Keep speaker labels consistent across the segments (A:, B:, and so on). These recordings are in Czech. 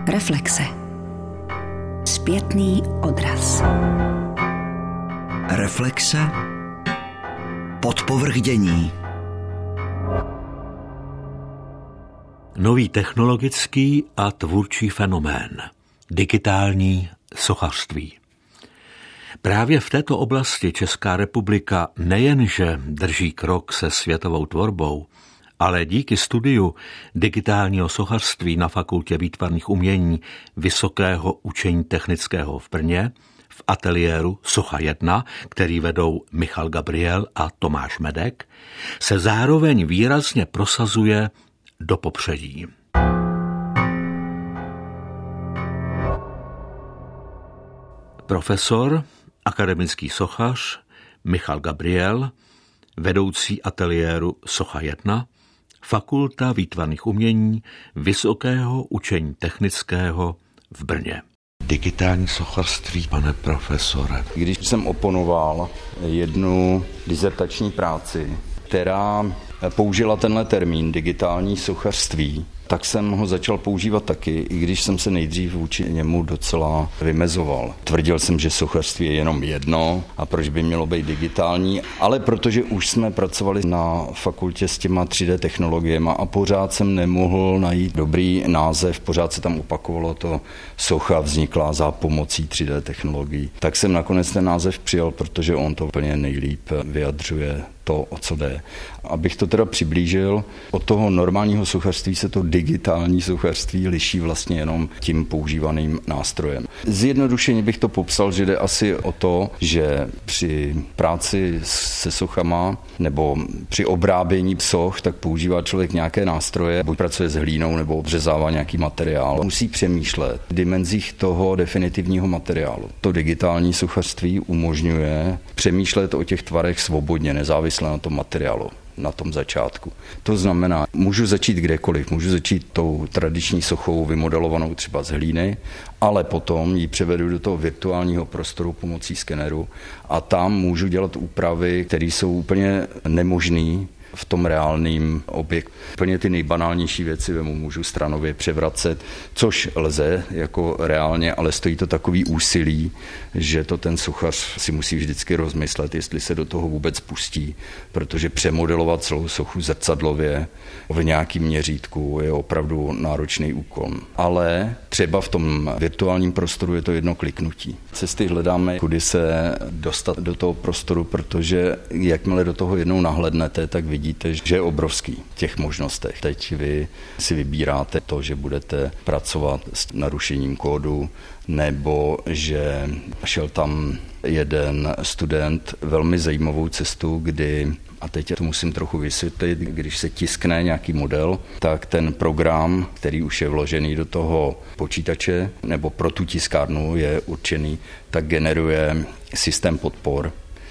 A: Reflexe. Zpětný odraz.
B: Reflexe. Podpovrchdění.
C: Nový technologický a tvůrčí fenomén. Digitální sochařství. Právě v této oblasti Česká republika nejenže drží krok se světovou tvorbou, ale díky studiu digitálního sochařství na Fakultě výtvarných umění Vysokého učení technického v Brně v ateliéru Socha 1, který vedou Michal Gabriel a Tomáš Medek, se zároveň výrazně prosazuje do popředí. Profesor, akademický sochař Michal Gabriel, vedoucí ateliéru Socha 1, Fakulta výtvarných umění Vysokého učení technického v Brně. Digitální sochařství, pane profesore.
D: Když jsem oponoval jednu dizertační práci, která použila tenhle termín digitální sochařství, tak jsem ho začal používat taky, i když jsem se nejdřív vůči němu docela vymezoval. Tvrdil jsem, že sochařství je jenom jedno a proč by mělo být digitální, ale protože už jsme pracovali na fakultě s těma 3D technologiemi a pořád jsem nemohl najít dobrý název, pořád se tam opakovalo to socha vznikla za pomocí 3D technologií. Tak jsem nakonec ten název přijal, protože on to úplně nejlíp vyjadřuje to, o co jde. Abych to teda přiblížil, od toho normálního sochařství se to digitální sochařství liší vlastně jenom tím používaným nástrojem. Zjednodušeně bych to popsal, že jde asi o to, že při práci se sochama nebo při obrábění soch, tak používá člověk nějaké nástroje, buď pracuje s hlínou nebo obřezává nějaký materiál. Musí přemýšlet v dimenzích toho definitivního materiálu. To digitální sochařství umožňuje přemýšlet o těch tvarech svobodně, nezávisle na tom materiálu, na tom začátku. To znamená, můžu začít kdekoliv, můžu začít tou tradiční sochou vymodelovanou třeba z hlíny, ale potom ji převedu do toho virtuálního prostoru pomocí skeneru a tam můžu dělat úpravy, které jsou úplně nemožné v tom reálném objektu. Úplně ty nejbanálnější věci můžu stranově převracet, což lze jako reálně, ale stojí to takový úsilí, že to ten sochař si musí vždycky rozmyslet, jestli se do toho vůbec pustí, protože přemodelovat celou sochu zrcadlově v nějakém měřítku je opravdu náročný úkol. Ale třeba v tom virtuálním prostoru je to jedno kliknutí. Cesty hledáme, kudy se dostat do toho prostoru, protože jakmile do toho jednou nahlédnete, tak vidíte, že je obrovský v těch možnostech. Teď vy si vybíráte to, že budete pracovat s narušením kódu, nebo že šel tam jeden student velmi zajímavou cestu, kdy, a teď to musím trochu vysvětlit, když se tiskne nějaký model, tak ten program, který už je vložený do toho počítače nebo pro tu tiskárnu je určený, tak generuje systém podpor,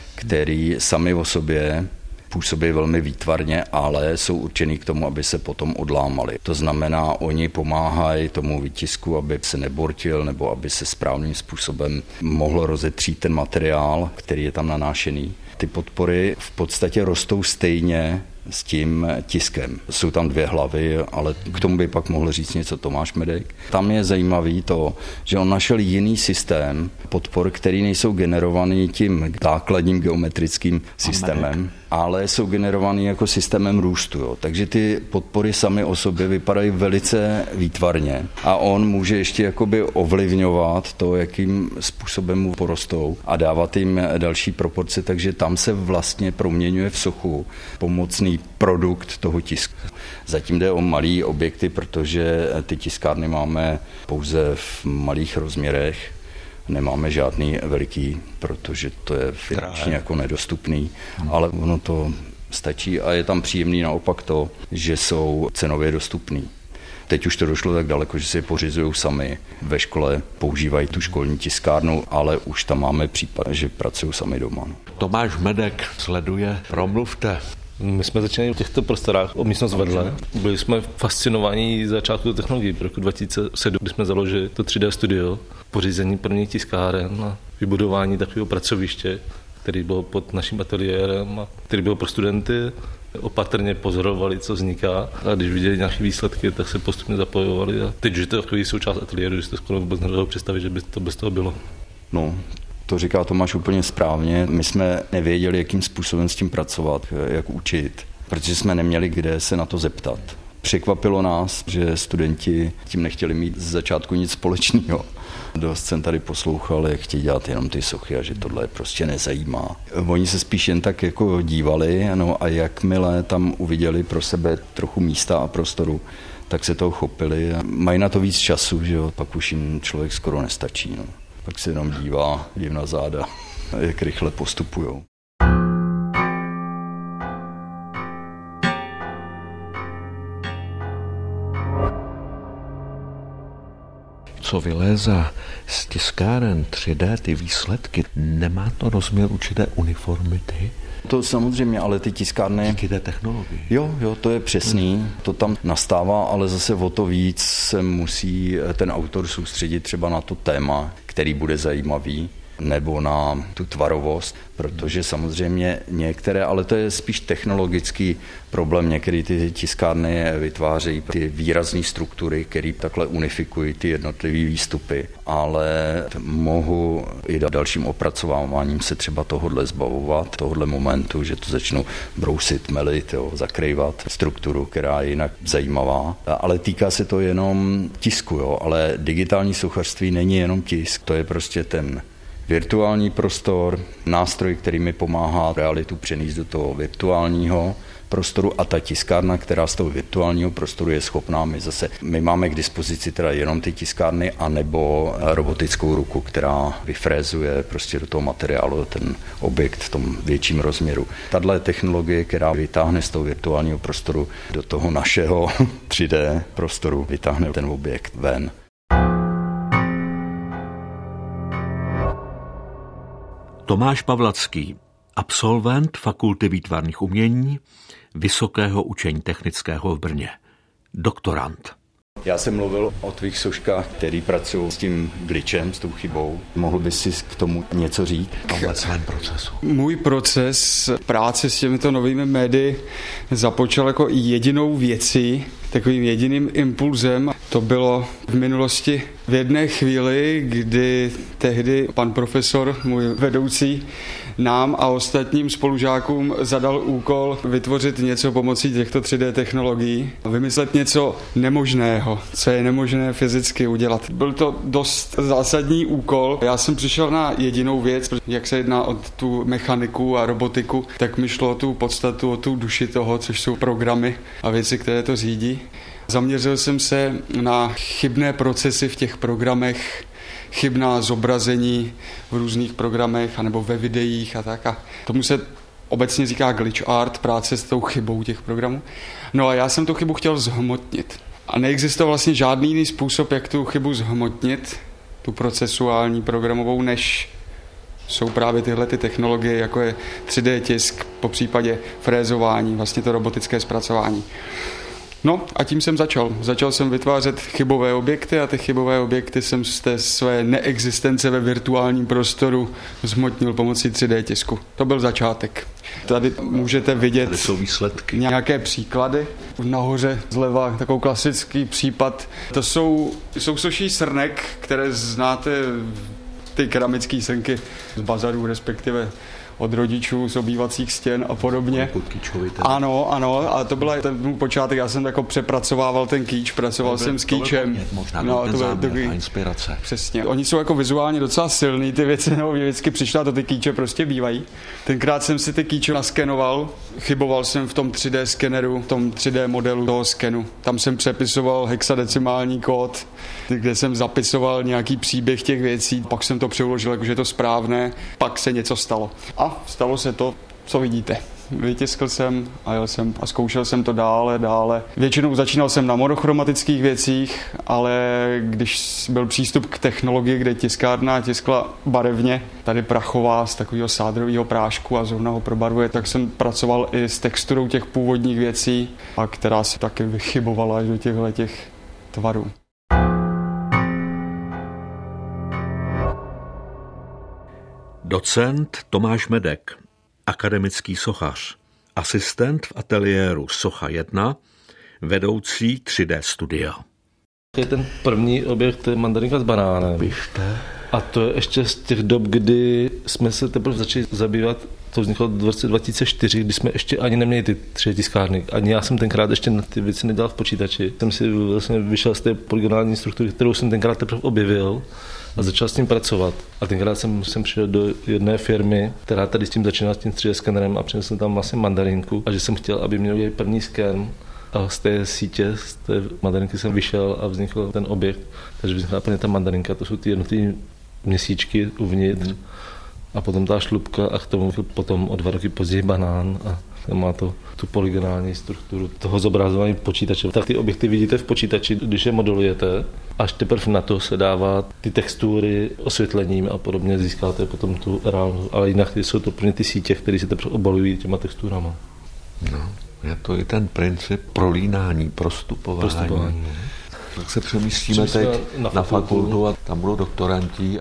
D: který sami o sobě působí velmi výtvarně, ale jsou určený k tomu, aby se potom odlámali. To znamená, oni pomáhají tomu výtisku, aby se nebortil nebo aby se správným způsobem mohl rozetřít ten materiál, který je tam nanášený. Ty podpory v podstatě rostou stejně s tím tiskem. Jsou tam 2 hlavy, ale k tomu by pak mohl říct něco Tomáš Medek. Tam je zajímavý to, že on našel jiný systém podpor, který nejsou generovaný tím základním geometrickým systémem, ale jsou generovaný jako systémem růstu. Jo. Takže ty podpory samy o sobě vypadají velice výtvarně a on může ještě jakoby ovlivňovat to, jakým způsobem mu porostou a dávat jim další proporce, takže tam se vlastně proměňuje v sochu pomocný produkt toho tisku. Zatím jde o malý objekty, protože ty tiskárny máme pouze v malých rozměrech, nemáme žádný veliký, protože to je finančně jako nedostupný, ale ono to stačí a je tam příjemný naopak to, že jsou cenově dostupný. Teď už to došlo tak daleko, že si je pořizují sami. Ve škole používají tu školní tiskárnu, ale už tam máme případ, že pracují sami doma.
C: Tomáš Medek sleduje, promluvte.
E: My jsme začínali v těchto prostorách o místnost vedle. Byli jsme fascinováni začátku technologií. V roku 2007, kdy jsme založili to 3D studio, pořízení prvních tiskáren a vybudování takového pracoviště, který byl pod naším ateliérem a který byl pro studenty. opatrně pozorovali, co vzniká, a když viděli nějaké výsledky, tak se postupně zapojovali a teď, že to je takový součást ateliéru, že to skoro vůbec nedovedu představit, že by to bez toho bylo.
D: No, to říká Tomáš úplně správně. My jsme nevěděli, jakým způsobem s tím pracovat, jak učit, protože jsme neměli kde se na to zeptat. Překvapilo nás, že studenti tím nechtěli mít z začátku nic společného. Dost jsem tady poslouchal, jak chtějí dělat jenom ty sochy a že tohle prostě nezajímá. Oni se spíš jen tak jako dívali, no, a jakmile tam uviděli pro sebe trochu místa a prostoru, tak se toho chopili a mají na to víc času, že jo, pak už jim člověk skoro nestačí. No. Pak se jenom dívá jim na záda, jak rychle postupujou.
C: Co vylézá z tiskáren 3D, ty výsledky, nemá to rozměr určité uniformity?
D: To samozřejmě, ale ty tiskárny...
C: Díky té technologii.
D: Jo, to je přesný, to tam nastává, ale zase o to víc se musí ten autor soustředit třeba na to téma, který bude zajímavý, nebo na tu tvarovost, protože samozřejmě některé, ale to je spíš technologický problém, některé ty tiskárny vytvářejí ty výrazné struktury, které takhle unifikují ty jednotlivé výstupy, ale mohu i dalším opracováváním se třeba tohodle zbavovat, tohodle momentu, že to začnu brousit, melit, zakrývat strukturu, která je jinak zajímavá, ale týká se to jenom tisku, ale digitální sochařství není jenom tisk, to je prostě ten virtuální prostor, nástroj, který mi pomáhá realitu přenést do toho virtuálního prostoru a ta tiskárna, která z toho virtuálního prostoru je schopná, my máme k dispozici teda jenom ty tiskárny anebo robotickou ruku, která vyfrézuje prostě do toho materiálu ten objekt v tom větším rozměru. Tahle technologie, která vytáhne z toho virtuálního prostoru do toho našeho 3D prostoru, vytáhne ten objekt ven.
C: Tomáš Pavlacký, absolvent Fakulty výtvarných umění, Vysokého učení technického v Brně, doktorand.
D: Já jsem mluvil o tvých soškách, který pracují s tím glitchem, s tou chybou. Mohl bys si k tomu něco říct?
C: O celém procesu.
A: Můj proces práce s těmito novými médii započal jako jedinou věcí, takovým jediným impulzem. To bylo v minulosti v jedné chvíli, kdy tehdy pan profesor, můj vedoucí, nám a ostatním spolužákům zadal úkol vytvořit něco pomocí těchto 3D technologií, vymyslet něco nemožného, co je nemožné fyzicky udělat. Byl to dost zásadní úkol. Já jsem přišel na jedinou věc, jak se jedná o tu mechaniku a robotiku, tak mi šlo o tu podstatu, o tu duši toho, což jsou programy a věci, které to řídí. Zaměřil jsem se na chybné procesy v těch programech, chybná zobrazení v různých programech anebo ve videích a tak. A tomu se obecně říká glitch art, práce s tou chybou těch programů. No a já jsem tu chybu chtěl zhmotnit. A neexistoval vlastně žádný jiný způsob, jak tu chybu zhmotnit, tu procesuální programovou, než jsou právě tyhle ty technologie, jako je 3D tisk, popřípadě frézování, vlastně to robotické zpracování. No a tím jsem začal. Začal jsem vytvářet chybové objekty a ty chybové objekty jsem z té své neexistence ve virtuálním prostoru zhmotnil pomocí 3D tisku. To byl začátek. Tady můžete vidět
C: tady jsou výsledky.
A: Nějaké příklady. Nahoře zleva takový klasický případ. To jsou soší srnek, které znáte, ty keramické srnky z bazarů, respektive od rodičů z obývacích stěn a podobně. Ano, a to byla ten můj počátek, já jsem jako přepracovával ten kýč, pracoval jsem s kýčem.
C: To byl inspirace.
A: Přesně. Oni jsou jako vizuálně docela silný, ty věci, nebo vždycky přišla, to ty kýče prostě bývají. Tenkrát jsem si ty kýče naskenoval, chyboval jsem v tom 3D skeneru, v tom 3D modelu toho skenu. Tam jsem přepisoval hexadecimální kód, kde jsem zapisoval nějaký příběh těch věcí, pak jsem to přeložil, jakože je to správné, pak se něco stalo. A stalo se to, co vidíte. Vytiskl jsem a jel jsem a zkoušel jsem to dále. Většinou začínal jsem na monochromatických věcích, ale když byl přístup k technologii, kde tiskárna tiskla barevně, tady prachová z takového sádrového prášku a zrovna ho probarvuje, tak jsem pracoval i s texturou těch původních věcí, a která se taky vychybovala až do těchto tvarů.
C: Docent Tomáš Medek, akademický sochař, asistent v ateliéru Socha 1, vedoucí 3D studia.
E: Je ten první objekt, to je mandarinka s banánem.
C: Běžte.
E: A to je ještě z těch dob, kdy jsme se teprve začali zabývat, to vzniklo v roce 2004, kdy jsme ještě ani neměli ty 3D tiskárny. Ani já jsem tenkrát ještě na ty věci nedělal v počítači. Jsem si vlastně vyšel z té polygonální struktury, kterou jsem tenkrát teprve objevil a začal s tím pracovat. A tenkrát jsem přišel do jedné firmy, která tady s tím začínala, s tím 3D skenerem, a přinesl tam vlastně mandarinku a že jsem chtěl, aby měl první sken. A z té sítě, z té mandarinky jsem vyšel a vznikl ten objekt. Takže vznikla plně ta mandarinka, to jsou ty jednotlivé měsíčky uvnitř a potom ta šlupka a k tomu potom o 2 roky později banán a má to tu polygonální strukturu toho zobrazování počítače. Tak ty objekty vidíte v počítači, když je modelujete, až teprve na to se dává ty textury osvětlením a podobně, získáte potom tu reálnou, ale jinak jsou to plně ty sítě, které se teprve obalují těma texturama.
C: No. Je to i ten princip prolínání, prostupování. Tak se přemýšlíme teď na fakultu a tam budou doktoranti.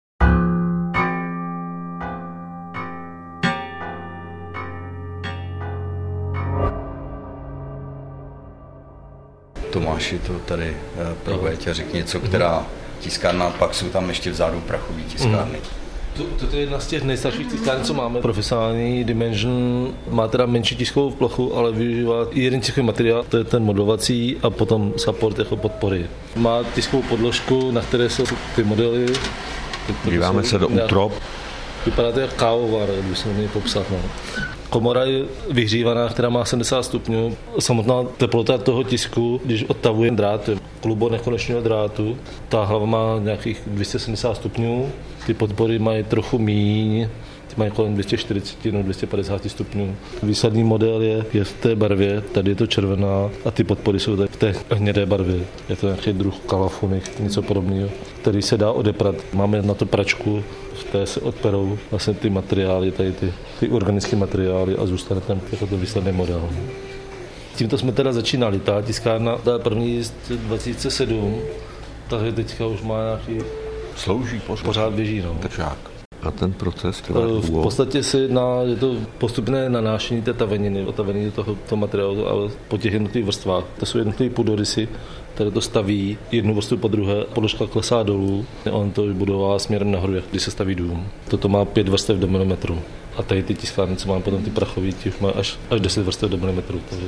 D: Tomáši, to tady proveď a řekni něco, která tiskárna, pak jsou tam ještě vzadu prachové tiskárny.
E: Toto je jedna z těch nejstarších tiskáren, co máme. Profesionální Dimension má teda menší tiskovou plochu, ale využívá jeden tiskový materiál, to je ten modelovací a potom support jako podpory. Má tiskovou podložku, na které jsou ty modely.
C: Díváme se do útrop.
E: Vypadá to jako kávovar, když se měli popsat. No. Komora je vyhřívaná, která má 70 stupňů. Samotná teplota toho tisku, když odtahuje drát, klubo nekonečného drátu, ta hlava má nějakých 270 stupňů, ty podpory mají trochu míň, ty mají kolem 240 nebo 250 stupňů. Výsadný model je v té barvě, tady je to červená a ty podpory jsou v té hnědé barvě. Je to nějaký druh kalafunik, něco podobného, který se dá odeprat. Máme na to pračku, v té se odperou vlastně ty materiály, tady ty organické materiály a zůstane tam jako to výsledný model. Tímto jsme teda začínali. Ta tiskárna, ta první z 2007, takže teďka už má nějaký...
C: Slouží
E: pořád běží, no.
C: Držák. A ten proces
E: v podstatě je to postupné nanášení té taveniny, otavení toho materiálu, ale po těch jednotlivých vrstvách. To jsou jednotlivé půdorysy, které to staví jednu vrstvu po druhé, podložka klesá dolů, on to budová směrem nahoru, když se staví dům. Toto má 5 vrstev do milimetru. A tady ty tiskárny, co máme potom ty prachové, ty už má až 10 vrstev do milimetru. Takže...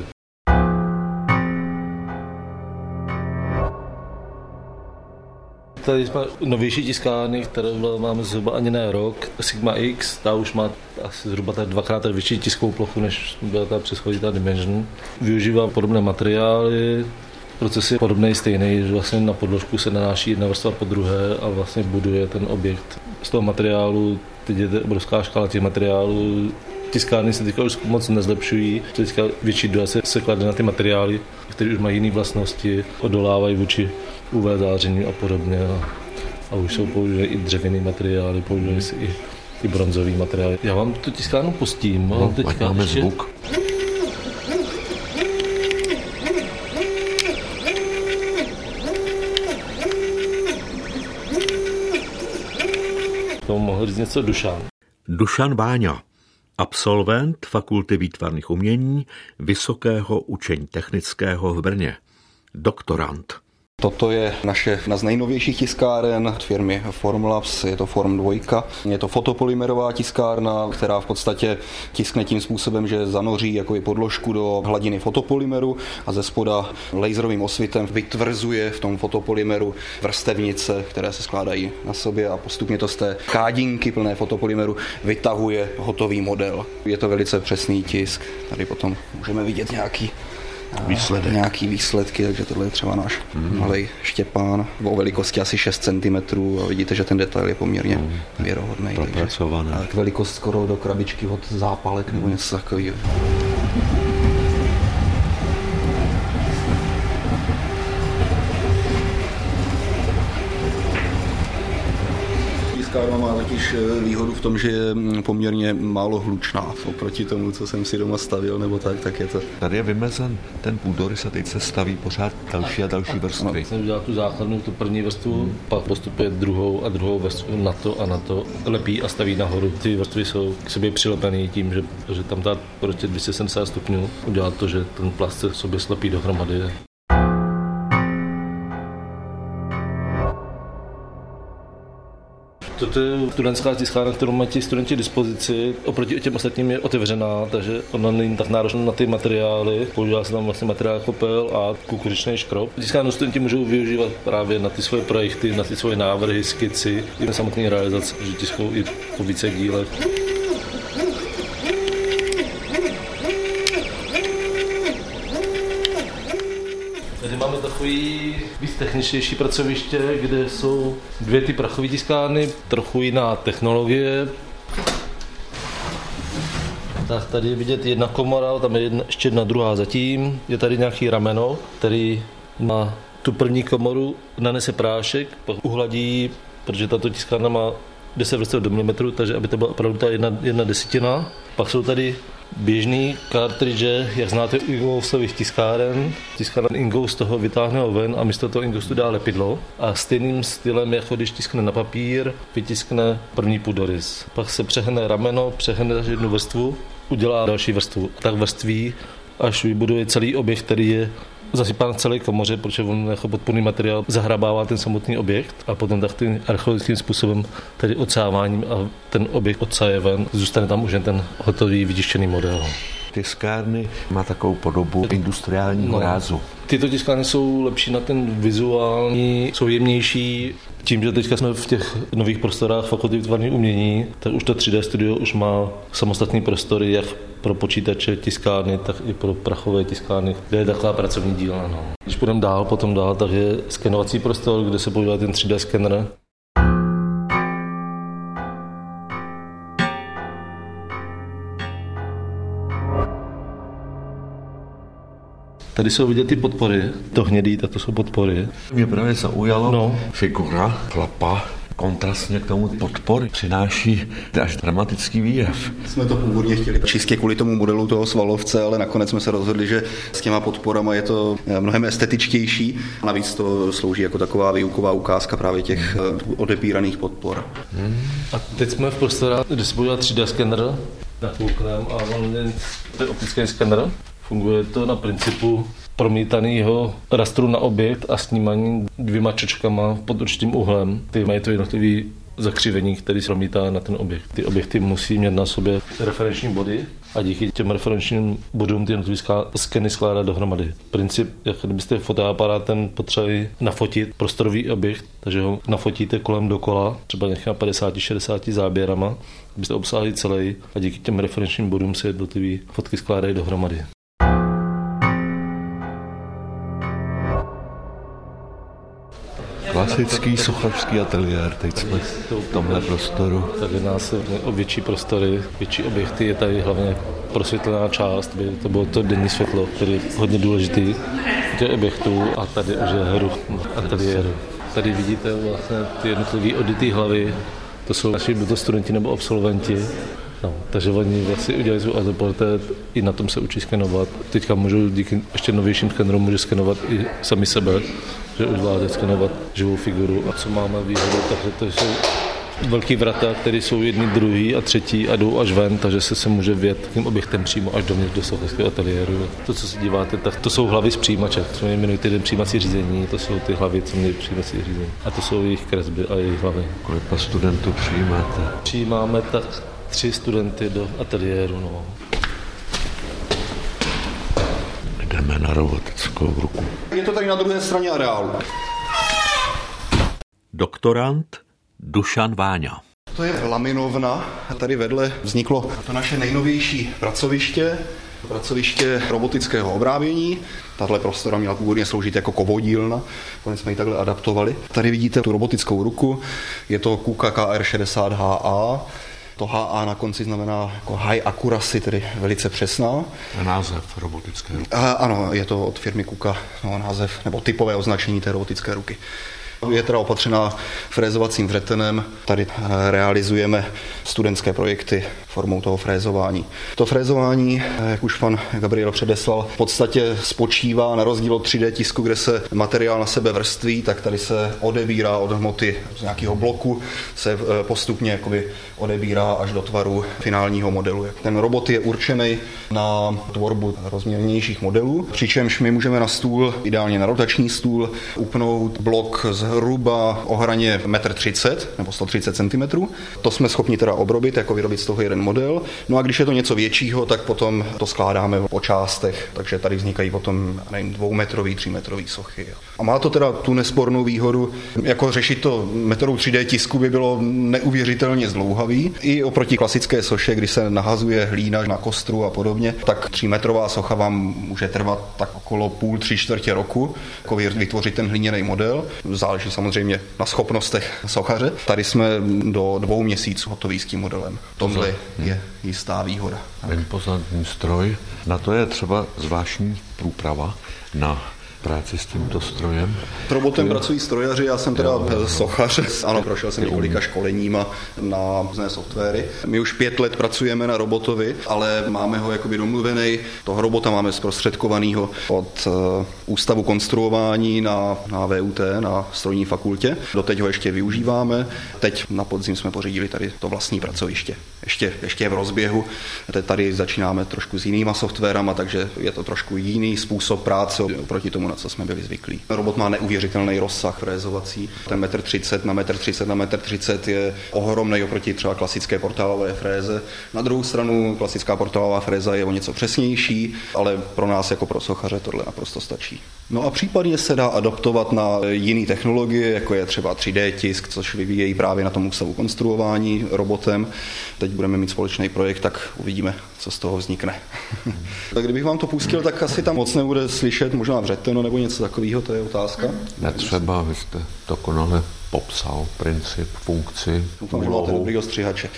E: Tady jsme novější tiskárny, které máme zhruba ani ne rok. Sigma X, ta už má asi zhruba 2x větší tiskovou plochu, než byla ta předchozí ta Dimension. Využívá podobné materiály, proces je podobný, stejný, že vlastně na podložku se nanáší jedna vrstva po druhé a vlastně buduje ten objekt. Z toho materiálu, teď je obrovská škála těch materiálů, tiskárny se teďka už moc nezlepšují, teďka větší důraz se klade na ty materiály, které už mají jiné vlastnosti, odolávají vůči UV záření a podobně. A už jsou používají i dřevěné materiály, používají si i bronzový materiály. Já vám tu tiskárnu pustím.
C: No, teďka máme zvuk.
E: To mohl říct něco Dušan.
C: Dušan Váňa, absolvent Fakulty výtvarných umění Vysokého učení technického v Brně, doktorand.
B: Toto je naše jedna z nejnovějších tiskáren firmy Formlabs, je to Form 2. Je to fotopolymerová tiskárna, která v podstatě tiskne tím způsobem, že zanoří jako podložku do hladiny fotopolymeru a ze spoda laserovým osvitem vytvrzuje v tom fotopolymeru vrstevnice, které se skládají na sobě a postupně to z té kádinky plné fotopolymeru vytahuje hotový model. Je to velice přesný tisk, tady potom můžeme vidět nějaký výsledky, takže tohle je třeba náš malej Štěpán o velikosti asi 6 cm a vidíte, že ten detail je poměrně věrohodný.
C: Propracovaný.
B: Tak velikost skoro do krabičky od zápalek nebo něco takového. Tiskárna Ona má totiž výhodu v tom, že je poměrně málo hlučná oproti tomu, co jsem si doma stavil, nebo tak je to.
C: Tady je vymezen ten půdorys a teď se staví pořád další a další vrstvy.
E: Jsem udělal tu základnu, tu první vrstvu, pak postupuje druhou a druhou vrstvu na to, lepí a staví nahoru. Ty vrstvy jsou k sobě přilepený tím, že tam dá prostě 270 stupňů, udělá to, že ten plast se k sobě slepí dohromady. Toto je studentská tiskárna, kterou mají ti studenti k dispozici. Oproti těm ostatním je otevřená, takže ona není tak náročná na ty materiály. Používá se tam vlastně materiál popel a kukuřičný škrob. Tiskárnu studenti můžou využívat právě na ty svoje projekty, na ty svoje návrhy, skici, i na samotné realizace, že tiskou i po více dílech. Tady máme takový víc techničtější pracoviště, kde jsou dvě ty prachové tiskárny, trochu jiná technologie. Tak tady je vidět jedna komora, tam je ještě jedna druhá zatím. Je tady nějaký rameno, který má tu první komoru, nanese prášek, pak uhladí, protože tato tiskárna má 10 vrstev do milimetru, takže aby to byla opravdu ta jedna desetina. Pak jsou tady běžný kartridže, jak znáte u Ingoustových tiskáren. Tiskárna Ingous z toho vytáhne ho ven a místo toho Ingoustu dá lepidlo. A stejným stylem, jako když tiskne na papír, vytiskne první půdorys. Pak se přehne rameno, přehne jednu vrstvu, udělá další vrstvu. Tak vrství, až vybuduje celý objekt, který je zasypán v celé komoře, protože on jako podpůrný materiál zahrabává ten samotný objekt a potom tak tím archeologickým způsobem, tedy odsáváním a ten objekt odsaje ven, zůstane tam už jen ten hotový vytištěný model.
C: Tiskárny má takovou podobu industriálního rázu.
E: Tyto tiskárny jsou lepší na ten vizuální, jsou jemnější. Tím, že teďka jsme v těch nových prostorách Fakulty výtvarných umění, tak už to 3D studio už má samostatný prostory, jak pro počítače, tiskárny, tak i pro prachové tiskárny, kde je taková pracovní dílna. No. Když půjdeme potom dál, tak je skenovací prostor, kde se používá ten 3D skener. Tady jsou vidět ty podpory, to hnědý, tak to jsou podpory.
C: Mě právě zaujalo figura chlapa, kontrastně k tomu podpory přináší až dramatický výjev.
B: Jsme to původně chtěli čistě kvůli tomu modelu toho svalovce, ale nakonec jsme se rozhodli, že s těma podporama je to mnohem estetičtější. Navíc to slouží jako taková výuková ukázka právě těch odebíraných podpor.
E: A teď jsme v prostorách, kde se používá 3D skener, nakoukneme a to je optický skener. Funguje to na principu promítaného rastru na objekt a snímaní dvěma čočkama pod určitým úhlem. Ty mají to jednotlivé zakřivení, které se promítá na ten objekt. Ty objekty musí mít na sobě referenční body a díky těm referenčním bodům ty jednotlivé skeny skládat dohromady. Princip, jak kdybyste fotoaparátem potřebovali nafotit prostorový objekt, takže ho nafotíte kolem dokola, třeba nějaká 50-60 záběrama, abyste obsáhli celý a díky těm referenčním bodům se jednotlivé fotky skládají dohromady.
C: Klasický sochařský ateliér, teď jsme v tomhle prostoru.
E: Tak jedná se o větší prostory, větší objekty, je tady hlavně prosvětlená část, aby to bylo to denní světlo, který je hodně důležitý těch objektů a tady už je hru ateliéru. Tady vidíte vlastně ty jednotlivé oddytý hlavy, to jsou naši buď studenti nebo absolventi. No, takže oni vlastně udělají svůj autoportrét, i na tom se učí skenovat. Teďka můžou díky ještě novějším skenerům můžu skenovat i sami sebe, že už zvládne skenovat živou figuru. A co máme výhodu, takže to jsou velký vrata, které jsou jedný, druhý a třetí a jdou až ven, takže se může vjet tím objektem přímo až dovnitř do sochařského ateliéru. To, co se díváte, tak to jsou hlavy z přijímaček, co jmenují ten přijímací řízení, to jsou ty hlavy, co mějí přijímací řízení. A to jsou jejich kresby a jejich hlavy.
C: Kolik studentů přijímáte?
E: Přijímáme tak 3 studenty do ateliéru. No.
C: Jdeme na robotickou ruku.
B: Je to tady na druhé straně areálu.
C: Doktorant Dušan Váňa.
B: To je laminovna. Tady vedle vzniklo to naše nejnovější pracoviště robotického obrábění. Tahle prostora měla původně sloužit jako kovodílna, konec jsme ji takhle adaptovali. Tady vidíte tu robotickou ruku, je to KUKA KR60HA. To HA na konci znamená jako high accuracy, tedy velice přesná.
C: A název robotické ruky.
B: Ano, je to od firmy KUKA, název nebo typové označení té robotické ruky. Je teda opatřená frézovacím vřetenem. Tady realizujeme studentské projekty formou toho frézování. To frézování, jak už pan Gabriel předeslal, v podstatě spočívá na rozdíl od 3D tisku, kde se materiál na sebe vrství, tak tady se odebírá od hmoty z nějakého bloku, se postupně jakoby odebírá až do tvaru finálního modelu. Ten robot je určený na tvorbu rozměrnějších modelů, přičemž my můžeme na stůl, ideálně na rotační stůl, upnout blok zhruba o hraně 1,30 m nebo 130 cm. To jsme schopni teda obrobit, jako vyrobit z toho jeden model. No a když je to něco většího, tak potom to skládáme po částech, takže tady vznikají potom 2metrový, 3metrový sochy. A má to teda tu nespornou výhodu, jako řešit to metodou 3D tisku by bylo neuvěřitelně zdlouhavý. I oproti klasické soše, kdy se nahazuje hlína na kostru a podobně, tak 3metrová socha vám může trvat tak okolo 3/4 roku, jako vytvořit ten hliněný model. Záleží samozřejmě na schopnostech sochaře. Tady jsme do 2 měsíců hotový s tím modelem. Tomhle je jistá výhoda.
C: Impozantní stroj. Na to je třeba zvláštní průprava na práci s tímto strojem.
B: S robotem pracují strojaři, já jsem teda sochař. Ano, prošel jsem několika školeníma na různé softwary. My už 5 let pracujeme na robotovi, ale máme ho jakoby domluvený. Toho robota máme zprostředkovanýho od Ústavu konstruování na VUT, na strojní fakultě. Doteď ho ještě využíváme. Teď na podzim jsme pořídili tady to vlastní pracoviště. Ještě je v rozběhu. Teď tady začínáme trošku s jinýma softwarama, takže je to trošku jiný způsob práce oproti tomu, na co jsme byli zvyklí. Robot má neuvěřitelný rozsah frézovací. Ten 1,30 m na 1,30 m na 1,30 m je ohromný oproti třeba klasické portálové fréze. Na druhou stranu klasická portálová fréza je o něco přesnější, ale pro nás jako pro sochaře tohle naprosto stačí. No a případně se dá adaptovat na jiné technologie, jako je třeba 3D tisk, což vyvíjejí právě na tom ústavu konstruování robotem. Teď budeme mít společný projekt, tak uvidíme, co z toho vznikne. Tak kdybych vám to pustil, tak asi tam moc nebude slyšet, možná vřeteno nebo něco takového, to je otázka.
C: Netřeba, vy jste dokonale popsal princip, funkci,
B: úlohu. Doufám, že máte dobrýho střihače.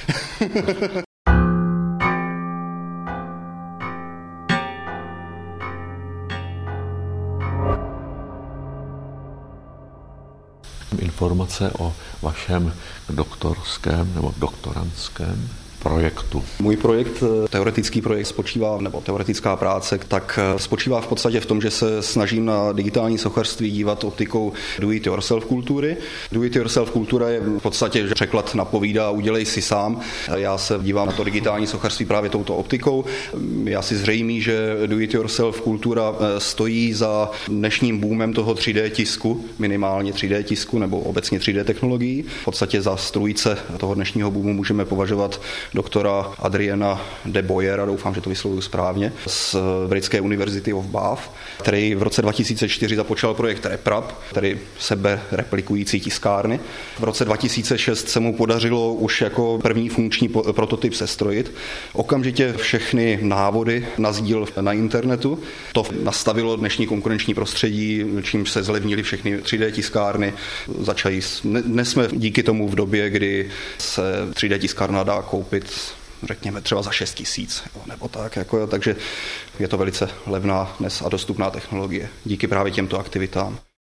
C: Informace o vašem doktorském nebo doktorandském projektu.
B: Můj projekt, teoretický projekt spočívá, nebo teoretická práce, tak spočívá v podstatě v tom, že se snažím na digitální sochařství dívat optikou do-it-yourself kultury. Do-it-yourself kultura je v podstatě, že překlad napovídá udělej si sám. Já se dívám na to digitální sochařství právě touto optikou. Je asi zřejmý, že do-it-yourself kultura stojí za dnešním boomem toho 3D tisku, minimálně 3D tisku nebo obecně 3D technologií. V podstatě za strůjce toho dnešního boomu můžeme považovat doktora Adriana de Boyera, doufám, že to vyslovuju správně, z britské University of Bath, který v roce 2004 započal projekt RepRap, tedy sebe replikující tiskárny. V roce 2006 se mu podařilo už jako první funkční prototyp sestrojit. Okamžitě všechny návody nasdíl na internetu. To nastavilo dnešní konkurenční prostředí, čímž se zlevnily všechny 3D tiskárny. Dnes jsme díky tomu v době, kdy se 3D tiskárna dá koupit řekněme třeba za 6 000 nebo tak, jako, takže je to velice levná dnes a dostupná technologie díky právě těmto aktivitám.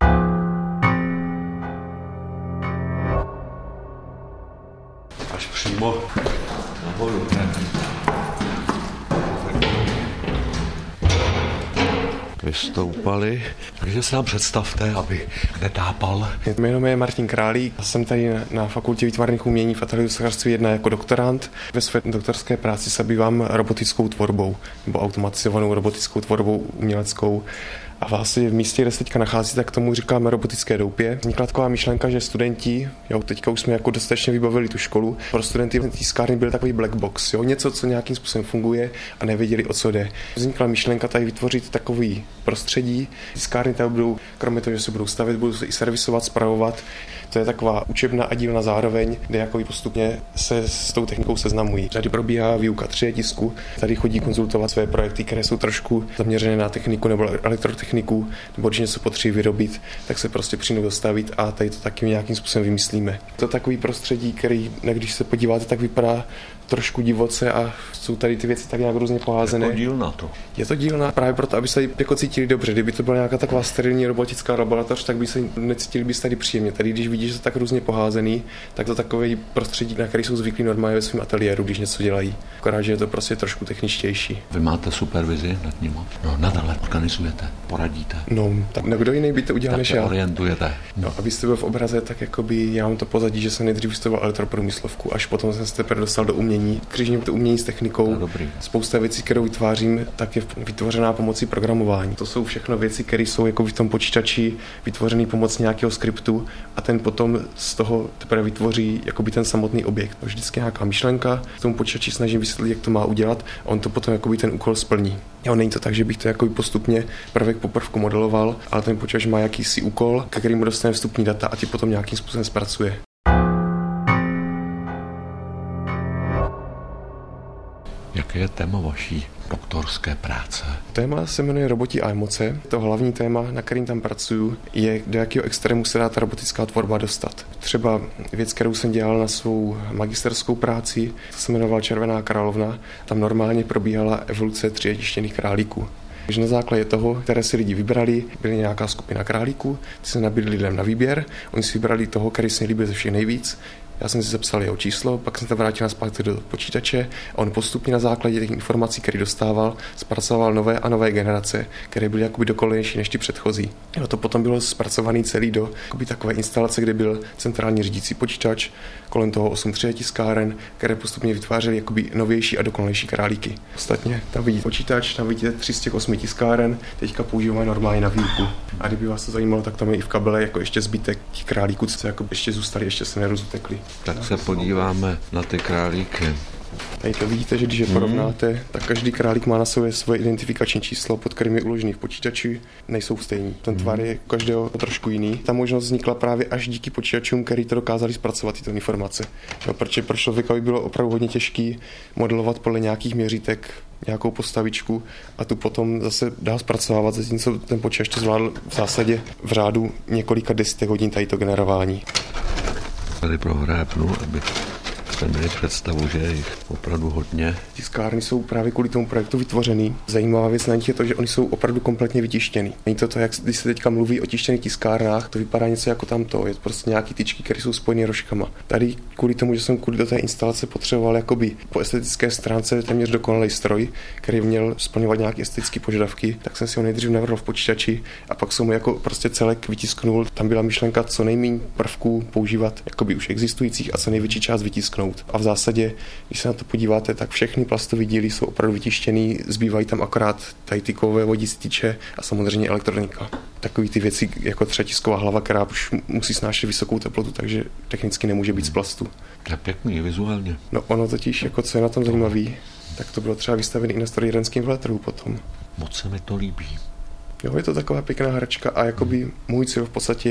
C: Až přímo nahoru. Vystoupali. Takže se nám představte, aby netápal.
F: Jméno je Martin Králík. Jsem tady na Fakultě výtvarných umění v ateliéru sochařství 1 jako doktorand. Ve své doktorské práci se zabývám robotickou tvorbou nebo automatizovanou robotickou tvorbou uměleckou. A vlastně v místě, kde se teďka nachází, tak tomu říkáme robotické doupě. Vznikla taková myšlenka, že studenti, teďka už jsme jako dostatečně vybavili tu školu, pro studenty tiskárny byl takový black box, něco, co nějakým způsobem funguje a nevěděli, o co jde. Vznikla myšlenka tady vytvořit takový prostředí. Tiskárny tady budou, kromě toho, že se budou stavět, budou se i servisovat, spravovat. To je taková učebna a dílna zároveň, kde jako postupně se s tou technikou seznamují. Tady probíhá výuka 3D tisku, tady chodí konzultovat své projekty, které jsou trošku zaměřené na techniku nebo elektrotechniku, nebo když něco potřebují vyrobit, tak se prostě přijdou dostavit a tady to taky nějakým způsobem vymyslíme. To takový prostředí, který, když se podíváte, tak vypadá trošku divoce a jsou tady ty věci tak nějak různě poházené.
C: Jako dílna to.
F: Je to dílna právě proto, aby se tady jako cítili dobře. Kdyby to byla nějaká taková sterilní robotická laboratoř, tak by se necítili by se tady příjemně. Tady, když vidíš, že to tak různě poházený, tak to takový prostředí, na který jsou zvyklí normálně ve svém ateliéru, když něco dělají. Akorát, že je to prostě trošku techničtější.
C: Vy máte supervizi nad ním? No, nadále organizujete, poradíte.
F: No, tak kdo jiný by to udělal než já.
C: Orientujete.
F: No, abyste byl v obraze, tak jakoby já mám to pozadí, že jsem nejdřív vystudoval elektroprůmyslovku, až potom jsem se teprve dostal do umění. Křížím to umění s technikou. Spousta věcí, kterou vytvářím, tak je vytvořená pomocí programování. To jsou všechno věci, které jsou jako v tom počítači vytvořený pomocí nějakého skriptu a ten potom z toho teprve vytvoří jakoby ten samotný objekt. Vždycky nějaká myšlenka, v tom počítači snažím vysvětlit, jak to má udělat a on to potom jakoby ten úkol splní. Jo, není to tak, že bych to jakoby postupně prvek po prvku modeloval, ale ten počítač má jakýsi úkol, ke kterému dostane vstupní data a ty potom nějakým způsobem zpracuje.
C: Jaké je téma vaší doktorské práce?
F: Téma se jmenuje Roboti a emoce. To hlavní téma, na kterým tam pracuju, je, do jakého extrému se dá ta robotická tvorba dostat. Třeba věc, kterou jsem dělal na svou magisterskou práci, to se jmenovala Červená královna, tam normálně probíhala evoluce tříetištěných králíků. Takže na základě toho, které si lidi vybrali, byly nějaká skupina králíků, ty se nabídli lidem na výběr, oni si vybrali toho, který se líbil ze všech nejvíc. Já jsem si zapsal jeho číslo, pak jsem to vrátil zpátky do počítače a on postupně na základě těch informací, které dostával, zpracoval nové a nové generace, které byly jakoby dokonalejší než ty předchozí. No to potom bylo zpracovaný celý do takové instalace, kde byl centrální řídící počítač, kolem toho 8 tiskáren, které postupně vytvářely jakoby novější a dokonalejší králíky. Ostatně tam vidíte počítač, tam vidíte 3 z těch 8 tiskáren, teďka používáme normálně na výuku. A kdyby vás to zajímalo, tak tam je i v kabele jako ještě zbytek těch králíků, co jako ještě zůstaly, ještě se nerozutekly.
C: Tak se podíváme na ty králíky.
F: Tady to vidíte, že když je porovnáte, tak každý králík má na sobě svoje identifikační číslo, pod kterým je uložený v počítači, nejsou stejný. Ten tvar je každého trošku jiný. Ta možnost vznikla právě až díky počítačům, který to dokázali zpracovat tyto informace. Protože pro člověka by bylo opravdu hodně těžký modelovat podle nějakých měřítek nějakou postavičku a tu potom zase dá zpracovávat, zatímco ten počítač to zvládl v zásadě v řádu několika desítek hodin tady to generování.
C: Tady prohrábnu, aby jste měli představu, že je jich opravdu hodně.
F: Tiskárny jsou právě kvůli tomu projektu vytvořený. Zajímavá věc na nich je to, že oni jsou opravdu kompletně vytištěný. Není to, jak když se teďka mluví o tištěných tiskárnách, to vypadá něco jako tamto. Je to prostě nějaký tyčky, které jsou spojené rožkama. Tady kvůli tomu, že jsem kvůli do té instalace potřeboval jakoby po estetické stránce téměř dokonalý stroj, který měl splňovat nějaké estetické požadavky, tak jsem si ho nejdřív navrhl v počítači a pak jsem ho jako prostě celek vytisknul. Tam byla myšlenka co nejméně prvků používat jakoby už existujících a co největší část vytisknout. A v zásadě, když se na to podíváte, tak všechny plastové díly jsou opravdu vytištěný, zbývají tam akorát tady ty kovové vodící tyče a samozřejmě elektronika. Takové ty věci jako třeba tisková hlava, která už musí snášet vysokou teplotu, takže technicky nemůže být z plastu.
C: To je pěkný vizuálně.
F: No ono totiž, jako co je na tom zajímavý, tak to bylo třeba vystavené i na strojírenském veletrhu potom.
C: Moc se mi to líbí.
F: Jo, je to taková pěkná hračka a jakoby můj cíl v podstatě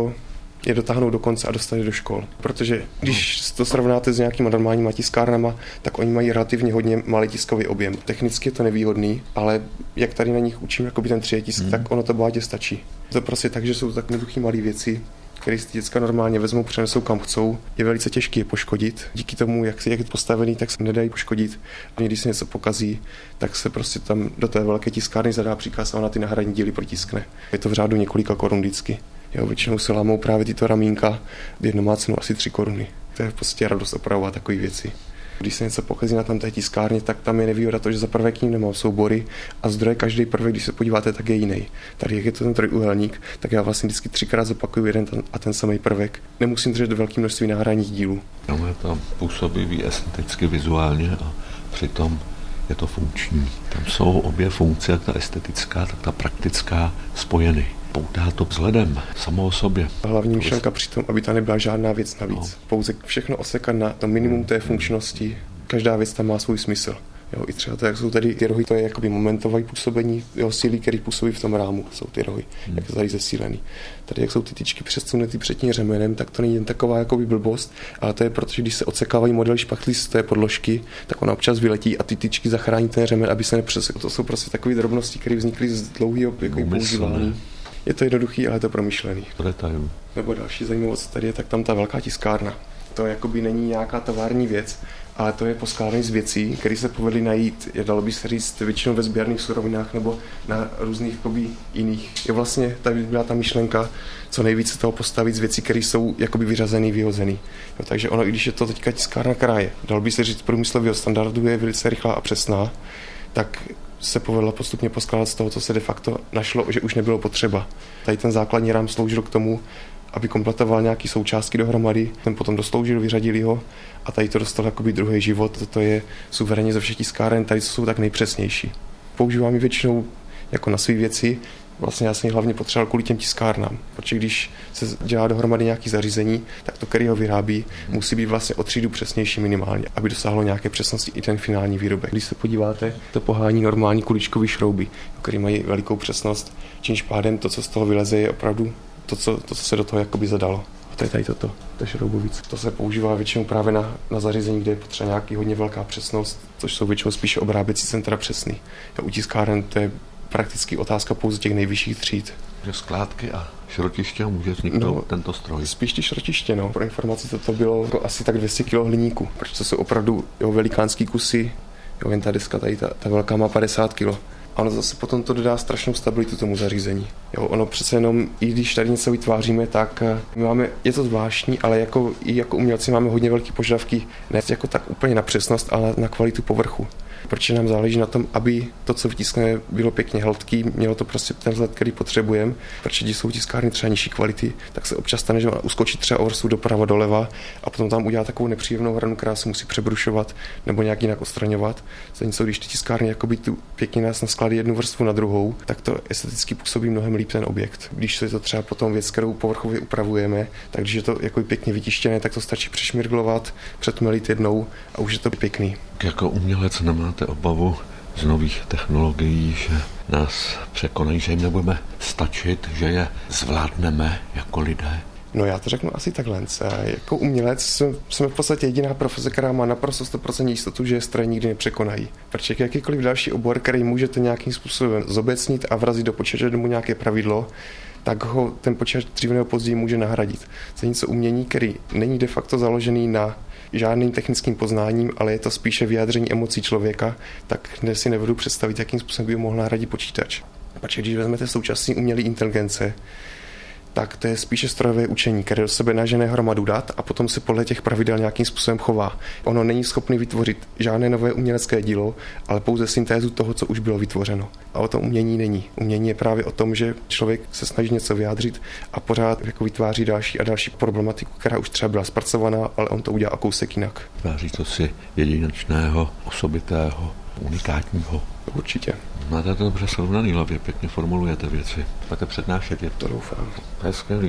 F: je dotáhnout do konce a dostat je do škol. Protože když to srovnáte s nějakýma normálníma tiskárnama, tak oni mají relativně hodně malý tiskový objem. Technicky je to nevýhodný, ale jak tady na nich učím jakoby ten 3D tisk, tak ono to bohatě stačí. To prostě tak, že jsou tak jednoduchý malé věci, které si děcka normálně vezmou, přenesou kam chcou. Je velice těžké je poškodit. Díky tomu, jak je postavený, tak se nedají poškodit. A když se něco pokazí, tak se prostě tam do té velké tiskárny zadá příkaz a ona ty náhradní díly protiskne. Je to v řádu několika korun vždycky. Jo, většinou se lámou právě tyto ramínka, jedno má cenu asi 3 koruny. To je prostě radost opravovat takové věci. Když se něco pokazí na té tiskárně, tak tam je nevýhoda to, že za prvé k ním nemám soubory a zdroje každý prvek, když se podíváte, tak je jiný. Tady, jak je to ten trojúhelník, tak já vlastně vždycky 3krát zopakuju jeden a ten samý prvek. Nemusím držet do velké množství náhradních dílů.
C: No, je to působivý esteticky, vizuálně a přitom je to funkční. Tam jsou obě funkce, jak ta estetická, tak ta praktická, spojeny. Poutá to vzhledem samo o sobě.
F: Hlavní myšlenka přitom, aby tam nebyla žádná věc navíc. No. Pouze všechno osekat na to minimum té funkčnosti. Každá věc tam má svůj smysl. Jo, i třeba to, jak jsou tady ty rohy, to je jakoby momentové působení, jeho síly, který působí v tom rámu, jsou ty rohy, jak jsou tady zesílený. Tady, jak jsou ty tyčky přesunutý před tím řemenem, tak to není jen taková jakoby blbost, ale to je proto, že když se odsekávají modely špachtlí z té podložky, tak ona občas vyletí a ty tyčky zachrání ten řemen, aby se nepřesekl. To jsou prostě takové drobnosti, které vznikly z dlouhého používání. Je to jednoduchý, ale je to promyšlený. Nebo další zajímavost tady je, tak tam ta velká tiskárna. To jakoby není nějaká tovární věc, ale to je poskládaný z věcí, které se povedly najít, dalo by se říct, většinou ve sběrných surovinách nebo na různých jiných. Je vlastně, tady byla ta myšlenka, co nejvíce toho postavit z věcí, které jsou jakoby vyřazený, vyhozený. Jo, takže ono, i když je to teďka tiskárna kraje, dalo by se říct, průmyslového standardu je velice rychlá a přesná, tak se povedla postupně poskládat z toho, co se de facto našlo, že už nebylo potřeba. Tady ten základní rám sloužil k tomu, aby kompletoval nějaké součástky dohromady, ten potom dosloužil, vyřadili ho a tady to dostal jakoby druhý život. Toto je suverénně ze všech tiskáren, tady jsou tak nejpřesnější. Používám ji většinou jako na své věci, vlastně já jsem ji hlavně potřeboval kvůli těm tiskárnám, protože když se dělá dohromady nějaké zařízení, tak to, který ho vyrábí, musí být vlastně o třídu přesnější minimálně, aby dosáhlo nějaké přesnosti i ten finální výrobek. Když se podíváte, to pohání normální kuličkové šrouby, které mají velikou přesnost, čímž pádem to, co z toho vyleze, je opravdu to, co se do toho jakoby zadalo. A to je tady toto, to je šroubovic. To se používá většinou právě na zařízení, kde je potřeba nějaký hodně velká přesnost, což jsou většinou spíše obráběcí centra přesný. U tiskáren to je prakticky otázka pouze těch nejvyšších tříd.
C: Že skládky a šrotiště může vzniknout tento stroj.
F: Spíš ty šrotiště, no. Pro informaci to bylo jako asi tak 200 kg hliníku, protože to jsou opravdu velikánský kusy. Jen ta deska tady, ta velká má 50 kg. A ono zase potom to dodá strašnou stabilitu tomu zařízení. Ono přece jenom, i když tady něco vytváříme, tak my máme, je to zvláštní, ale i jako umělci máme hodně velké požadavky, ne jako tak úplně na přesnost, ale na kvalitu povrchu. Protože nám záleží na tom, aby to, co vytiskneme, bylo pěkně hladký, mělo to prostě ten vzhled, který potřebujeme, protože když jsou tiskárny třeba nižší kvality, tak se občas stane, že uskočí třeba o vrstvu doprava, doleva a potom tam udělá takovou nepříjemnou hranu, která se musí přebrušovat nebo nějak jinak odstraňovat. Zatímco když ty tiskárny jakoby tu pěkně nás naskladí jednu vrstvu na druhou, tak to esteticky působí mnohem líp ten objekt. Když je to třeba potom věc, kterou povrchově upravujeme, tak když je to jakoby pěkně vytištěné, tak to stačí přešmirglovat, přetmelit jednou a už je to pěkný.
C: Jako umělec nemáte obavu z nových technologií, že nás překonají, že jim nebudeme stačit, že je zvládneme jako lidé?
F: No já to řeknu asi takhle. Jako umělec jsme v podstatě jediná profese, která má naprosto 100% jistotu, že stroje nikdy nepřekonají. Protože jakýkoliv další obor, který můžete nějakým způsobem zobecnit a vrazit do počítače nebo nějaké pravidlo, tak ho ten počítač dříve nebo později může nahradit. Zatímco umění, který není de facto založený na žádným technickým poznáním, ale je to spíše vyjádření emocí člověka, tak dnes si nevedu představit, jakým způsobem by ho mohl nahradit počítač. Protože když vezmete současný umělé inteligence, tak to je spíše strojové učení, které do sebe nažene hromadu dat a potom se podle těch pravidel nějakým způsobem chová. Ono není schopný vytvořit žádné nové umělecké dílo, ale pouze syntézu toho, co už bylo vytvořeno. A o tom umění není. Umění je právě o tom, že člověk se snaží něco vyjádřit a pořád jako vytváří další a další problematiku, která už třeba byla zpracovaná, ale on to udělá o kousek jinak.
C: Tváří to si jedinečného, osobitého, unikátního.
F: Určitě.
C: Máte to dobře srovnaný hlavě, pěkně formulujete věci. Máte přednášet je.
F: To doufám.
C: To je skvělý.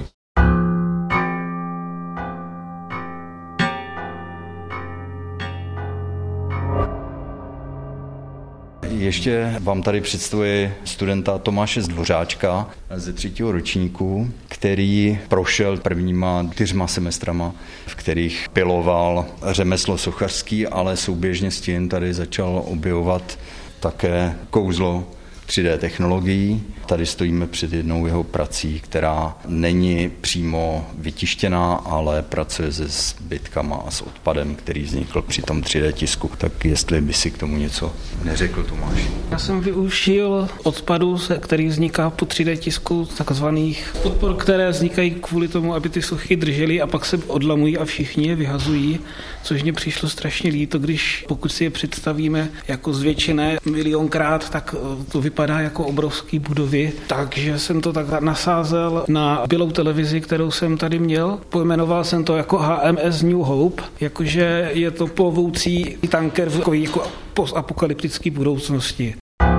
D: Ještě vám tady představuji studenta Tomáše Zdvořáčka ze 3. ročníku, který prošel prvníma 4 semestrama, v kterých piloval řemeslo sochařský, ale souběžně s tím tady začal objevovat také kouzlo 3D technologií. Tady stojíme před jednou jeho prací, která není přímo vytištěná, ale pracuje se zbytkama a s odpadem, který vznikl při tom 3D tisku. Tak jestli by si k tomu něco neřekl, Tomáš.
G: Já jsem využil odpadu, který vzniká po 3D tisku, takzvaných podpor, které vznikají kvůli tomu, aby ty sochy držely a pak se odlamují a všichni je vyhazují, což mě přišlo strašně líto, když pokud si je představíme jako zvětšené milionkrát, tak to vypadá jako obrovský budovy. Takže jsem to tak nasázel na bílou televizi, kterou jsem tady měl. Pojmenoval jsem to jako HMS New Hope, jakože je to plovoucí tanker v jako postapokalyptické budoucnosti.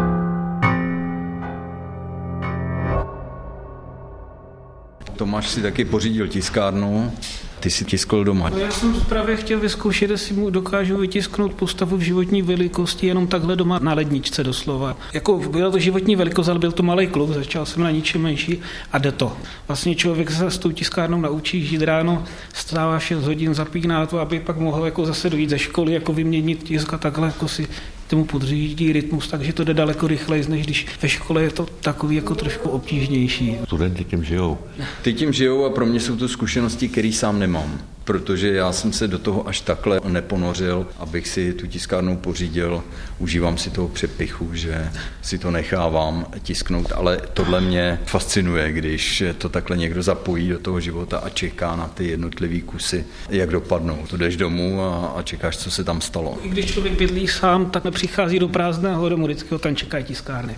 D: Tomáš si taky pořídil tiskárnu. Ty si tiskl doma.
G: No já jsem právě chtěl vyzkoušet, jestli mu dokážu vytisknout postavu v životní velikosti jenom takhle doma na ledničce doslova. Jako byla to životní velikost, ale byl to malý kluk, začal jsem na ničem menší a jde to. Vlastně člověk se s tou tiskárnou naučí žít ráno, vstává 6 hodin, zapíná to, aby pak mohl jako zase dojít ze školy, jako vyměnit tisk a takhle jako si tomu podřídí rytmus, takže to jde daleko rychleji, než když ve škole je to takový jako trošku obtížnější.
C: Studenti tím žijou.
D: Ty tím žijou a pro mě jsou to zkušenosti, které sám nemám. protože já jsem se do toho až takhle neponořil, abych si tu tiskárnu pořídil. Užívám si toho přepichu, že si to nechávám tisknout, ale tohle mě fascinuje, když to takhle někdo zapojí do toho života a čeká na ty jednotlivý kusy, jak dopadnou. To jdeš domů a čekáš, co se tam stalo.
G: I když člověk bydlí sám, tak nepřichází do prázdného domu, vždycky ho tam čekají tiskárny.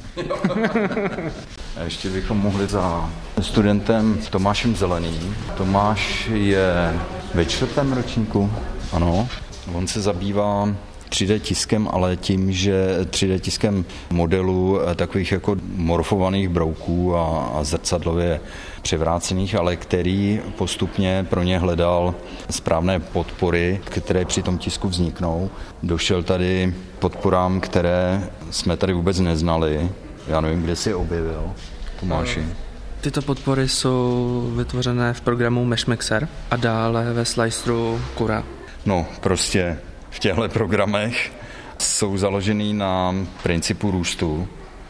D: A ještě bychom mohli za studentem Tomášem Zeleným. Tomáš je ve 4. ročníku, ano. On se zabývá 3D tiskem, ale tím, že 3D tiskem modelů takových jako morfovaných brouků a zrcadlově převrácených, ale který postupně pro ně hledal správné podpory, které při tom tisku vzniknou. Došel tady podporám, které jsme tady vůbec neznali. Já nevím, kde jsi je objevil, Tomáši.
H: Tyto podpory jsou vytvořené v programu Meshmixer a dále ve sliceru Cura.
D: No, prostě v těchto programech jsou založený na principu růstu,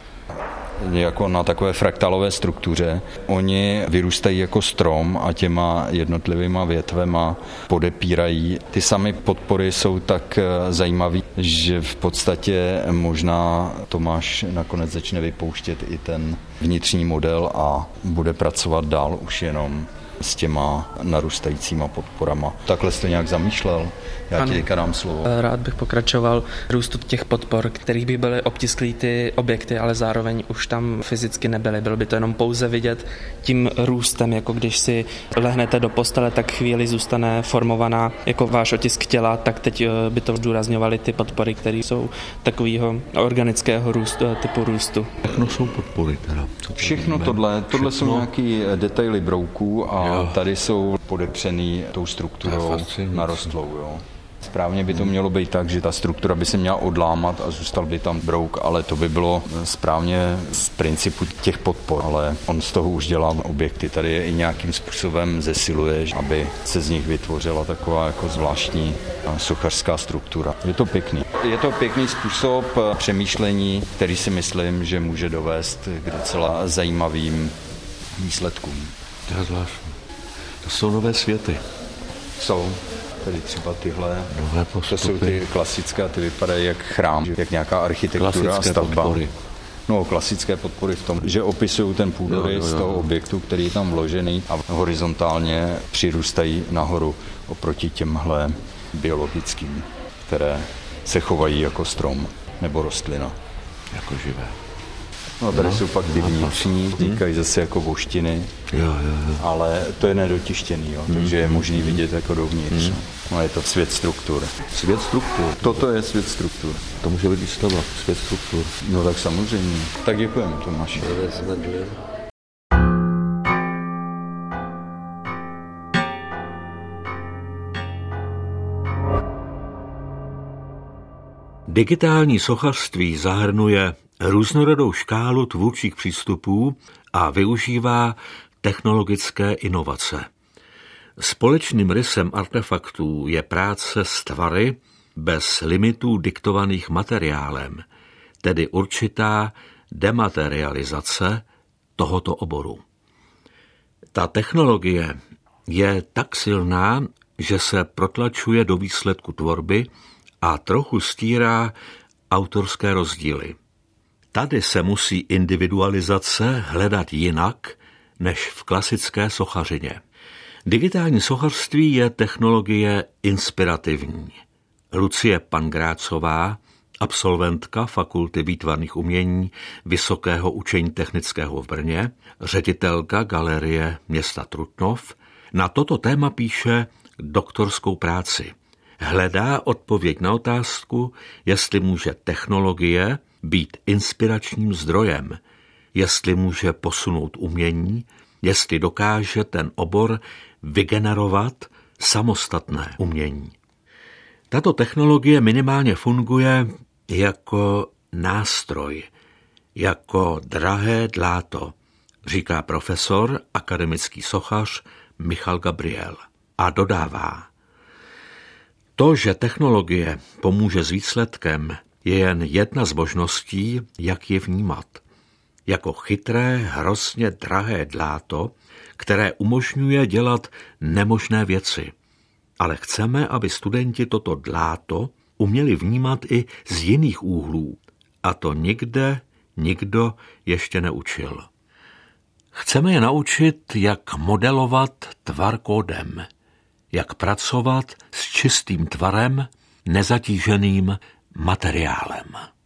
D: jako na takové fraktálové struktuře. Oni vyrůstají jako strom a těma jednotlivýma větvema podepírají. Ty samé podpory jsou tak zajímavé, že v podstatě možná Tomáš nakonec začne vypouštět i ten vnitřní model a bude pracovat dál už jenom s těma narůstajícíma podporama. Takhle jsi to nějak zamýšlel? Já ti teďka dám slovo.
H: Rád bych pokračoval růstu těch podpor, kterých by byly obtisklý ty objekty, ale zároveň už tam fyzicky nebyly. Bylo by to jenom pouze vidět tím růstem, jako když si lehnete do postele, tak chvíli zůstane formovaná jako váš otisk těla, tak teď by to zdůrazňovaly ty podpory, které jsou takového organického růstu, typu růstu.
C: Všechno jsou podpory teda.
D: Všechno tohle jsou nějaký detaily brouků a tady jsou podepřený tou strukturou narostlou. Jo. Správně by to mělo být tak, že ta struktura by se měla odlámat a zůstal by tam brouk, ale to by bylo správně z principu těch podpor, ale on z toho už dělá objekty. Tady je i nějakým způsobem zesiluje, aby se z nich vytvořila taková jako zvláštní sochařská struktura. Je to pěkný. Je to pěkný způsob přemýšlení, který si myslím, že může dovést k docela zajímavým výsledkům.
C: To je zvláštní. To jsou nové světy.
D: Jsou. Tady třeba tyhle, to jsou ty klasické, ty vypadají jak chrám, jak nějaká architektura
C: klasické
D: a stavba.
C: Podpory.
D: No, klasické podpory v tom, že opisují ten půdorys z toho objektu, který je tam vložený a horizontálně přirůstají nahoru oproti těmhle biologickým, které se chovají jako strom nebo rostlina.
C: Jako živé.
D: No, tady jsou pak ty vnitřní, týkají zase jako voštiny, ale to je nedotištěný, jo, takže je možný vidět jako dovnitř. No, je to svět struktur.
C: Svět struktur.
D: Toto je svět struktur.
C: To může být výstava, svět struktur.
D: No tak samozřejmě. Tak děkujeme, Tomáši.
C: Digitální sochařství zahrnuje různorodou škálu tvůrčích přístupů a využívá technologické inovace. Společným rysem artefaktů je práce s tvary bez limitů diktovaných materiálem, tedy určitá dematerializace tohoto oboru. Ta technologie je tak silná, že se protlačuje do výsledku tvorby a trochu stírá autorské rozdíly. Tady se musí individualizace hledat jinak než v klasické sochařině. Digitální sochařství je technologie inspirativní. Lucie Pangrácová, absolventka Fakulty výtvarných umění Vysokého učení technického v Brně, ředitelka Galerie města Trutnov, na toto téma píše doktorskou práci. Hledá odpověď na otázku, jestli může technologie být inspiračním zdrojem, jestli může posunout umění, jestli dokáže ten obor vygenerovat samostatné umění. Tato technologie minimálně funguje jako nástroj, jako drahé dláto, říká profesor, akademický sochař Michal Gabriel. A dodává, to, že technologie pomůže s výsledkem, je jen jedna z možností, jak je vnímat. Jako chytré, hrozně drahé dláto, které umožňuje dělat nemožné věci. ale chceme, aby studenti toto dláto uměli vnímat i z jiných úhlů. A to nikdo ještě neučil. Chceme je naučit, jak modelovat tvar kódem, jak pracovat s čistým tvarem, nezatíženým materiálem.